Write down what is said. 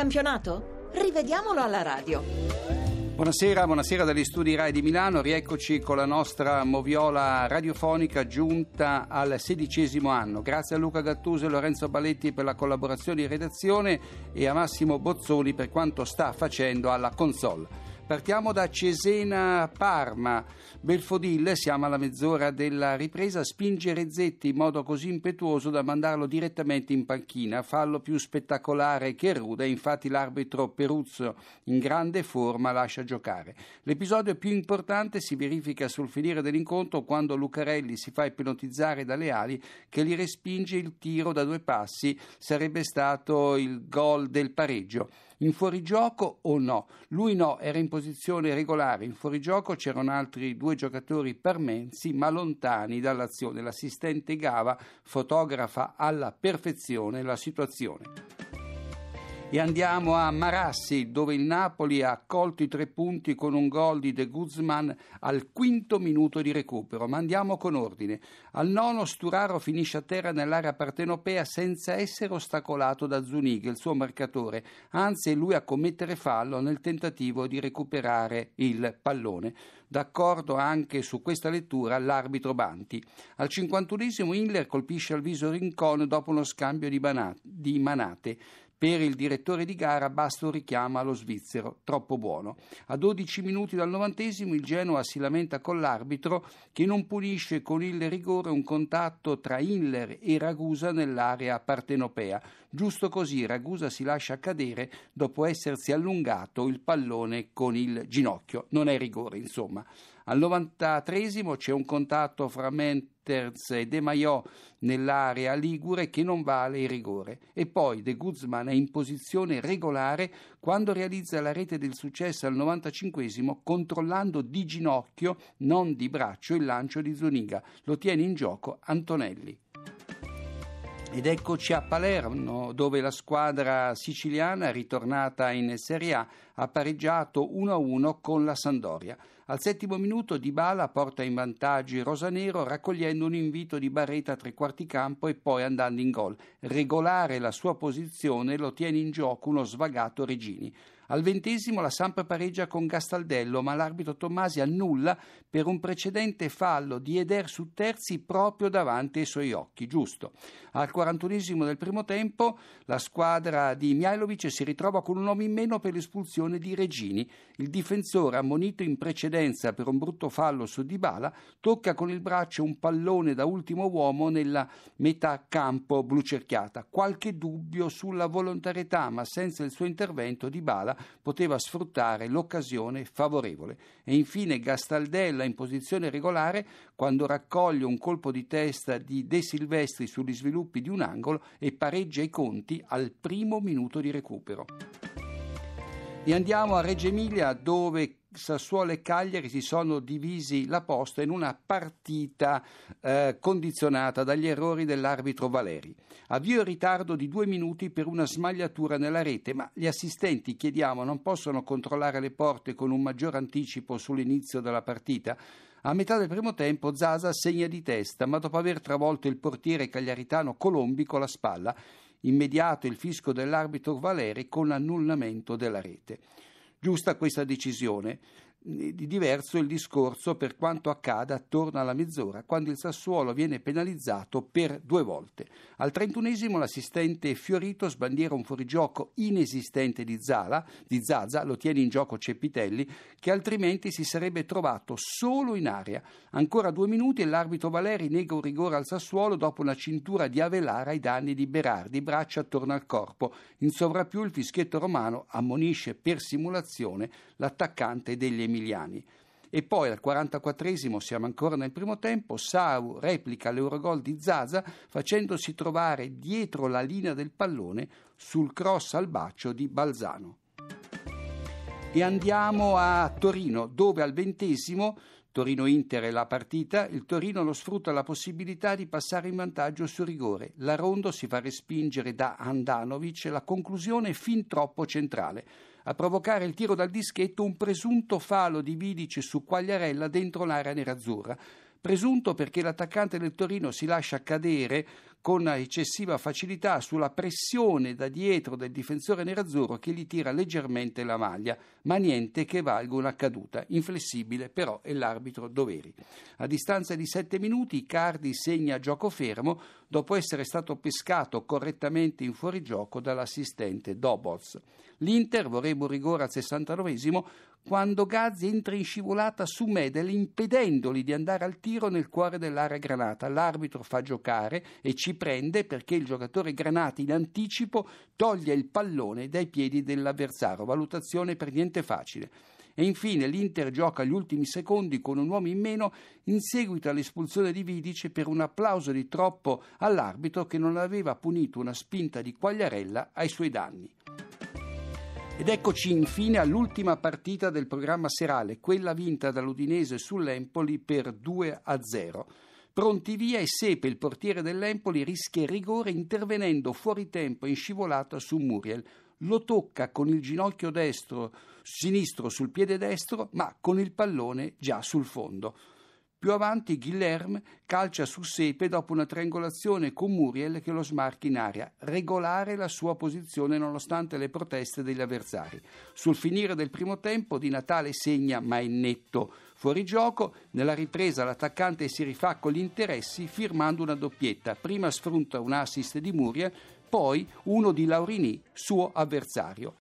campionato? Rivediamolo alla radio. Buonasera dagli studi Rai di Milano, rieccoci con la nostra moviola radiofonica giunta al 16° anno. Grazie a Luca Gattuso e Lorenzo Baletti per la collaborazione in redazione e a Massimo Bozzoni per quanto sta facendo alla console. Partiamo da Cesena Parma. Belfodil, siamo alla mezz'ora della ripresa, spinge Rezzetti in modo così impetuoso da mandarlo direttamente in panchina, fallo più spettacolare che rude, infatti l'arbitro Peruzzo in grande forma lascia giocare. L'episodio più importante si verifica sul finire dell'incontro quando Lucarelli si fa ipnotizzare dalle ali che gli respinge il tiro da 2 passi, sarebbe stato il gol del pareggio. In fuorigioco o no? Lui no, era in posizione regolare, in fuorigioco c'erano altri 2 giocatori parmensi ma lontani dall'azione. L'assistente Gava fotografa alla perfezione la situazione. E andiamo a Marassi, dove il Napoli ha accolto i 3 punti con un gol di De Guzman al 5° minuto di recupero. Ma andiamo con ordine. Al 9° Sturaro finisce a terra nell'area partenopea senza essere ostacolato da Zuniga, il suo marcatore. Anzi, è lui a commettere fallo nel tentativo di recuperare il pallone. D'accordo anche su questa lettura l'arbitro Banti. Al 51° Inler colpisce al viso Rincon dopo uno scambio di manate. Per il direttore di gara basta un richiamo allo svizzero, troppo buono. A 12 minuti dal 90° il Genoa si lamenta con l'arbitro che non punisce con il rigore un contatto tra Inler e Ragusa nell'area partenopea. Giusto così Ragusa si lascia cadere dopo essersi allungato il pallone con il ginocchio. Non è rigore, insomma. Al 93° c'è un contatto fra Menters e De Maio nell'area ligure che non vale il rigore. E poi De Guzman è in posizione regolare quando realizza la rete del successo al 95° controllando di ginocchio, non di braccio, il lancio di Zuniga. Lo tiene in gioco Antonelli. Ed eccoci a Palermo, dove la squadra siciliana, ritornata in Serie A, ha pareggiato 1-1 con la Sampdoria. Al 7° minuto Dybala porta in vantaggio i rosanero raccogliendo un invito di Barreta a 3 quarti campo e poi andando in gol. Regolare la sua posizione lo tiene in gioco uno svagato Regini. Al 20° la Samp pareggia con Gastaldello, ma l'arbitro Tommasi annulla per un precedente fallo di Eder su Terzi proprio davanti ai suoi occhi, giusto. Al 41° del primo tempo la squadra di Mihajlovic si ritrova con un uomo in meno per l'espulsione di Regini. Il difensore, ammonito in precedenza per un brutto fallo su Dybala, tocca con il braccio un pallone da ultimo uomo nella metà campo blu cerchiata. Qualche dubbio sulla volontarietà, ma senza il suo intervento Dybala poteva sfruttare l'occasione favorevole. E infine Gastaldella in posizione regolare quando raccoglie un colpo di testa di De Silvestri sugli sviluppi di un angolo e pareggia i conti al 1° minuto di recupero. E andiamo a Reggio Emilia, dove Sassuolo e Cagliari si sono divisi la posta in una partita condizionata dagli errori dell'arbitro Valeri. Avvio in ritardo di 2 minuti per una smagliatura nella rete, ma gli assistenti, chiediamo, non possono controllare le porte con un maggior anticipo sull'inizio della partita? A metà del primo tempo Zaza segna di testa, ma dopo aver travolto il portiere cagliaritano Colombi con la spalla. Immediato il fischio dell'arbitro Valeri con l'annullamento della rete. Giusta questa decisione. Di diverso il discorso per quanto accada attorno alla mezz'ora, quando il Sassuolo viene penalizzato per 2 volte. Al 31° l'assistente Fiorito sbandiera un fuorigioco inesistente di Zaza, lo tiene in gioco Cepitelli, che altrimenti si sarebbe trovato solo in area. Ancora 2 minuti e l'arbitro Valeri nega un rigore al Sassuolo dopo una cintura di Avelara ai danni di Berardi, braccia attorno al corpo. In sovrappiù il fischietto romano ammonisce per simulazione l'attaccante degli emiliani. E poi al 44° siamo ancora nel primo tempo, Sau replica l'Eurogol di Zaza facendosi trovare dietro la linea del pallone sul cross al bacio di Balzano. E andiamo a Torino, dove al 20° Torino-Inter è la partita, il Torino non sfrutta la possibilità di passare in vantaggio su rigore. La Rondo si fa respingere da Handanovic e la conclusione è fin troppo centrale. A provocare il tiro dal dischetto un presunto fallo di Vidic su Quagliarella dentro l'area nerazzurra. Presunto perché l'attaccante del Torino si lascia cadere con eccessiva facilità sulla pressione da dietro del difensore nerazzurro che gli tira leggermente la maglia, ma niente che valga una caduta. Inflessibile però è l'arbitro Doveri. A distanza di 7 minuti Icardi segna gioco fermo dopo essere stato pescato correttamente in fuorigioco dall'assistente Doboz. L'Inter vorrebbe un rigore al 69esimo quando Gazzi entra in scivolata su Medel impedendogli di andare al tiro nel cuore dell'area granata. L'arbitro fa giocare e ci prende perché il giocatore granata in anticipo toglie il pallone dai piedi dell'avversario. Valutazione per niente facile. E infine l'Inter gioca gli ultimi secondi con un uomo in meno in seguito all'espulsione di Vidic per un applauso di troppo all'arbitro che non aveva punito una spinta di Quagliarella ai suoi danni. Ed eccoci infine all'ultima partita del programma serale, quella vinta dall'Udinese sull'Empoli per 2-0. Pronti via e Sepe, il portiere dell'Empoli, rischia il rigore intervenendo fuori tempo in scivolata su Muriel. Lo tocca con il ginocchio sinistro sul piede destro, ma con il pallone già sul fondo. Più avanti Guilherme calcia su Sepe dopo una triangolazione con Muriel che lo smarca in aria, regolare la sua posizione nonostante le proteste degli avversari. Sul finire del primo tempo Di Natale segna ma è netto fuori gioco. Nella ripresa l'attaccante si rifà con gli interessi firmando una doppietta. Prima sfrutta un assist di Muriel, poi uno di Laurini, suo avversario.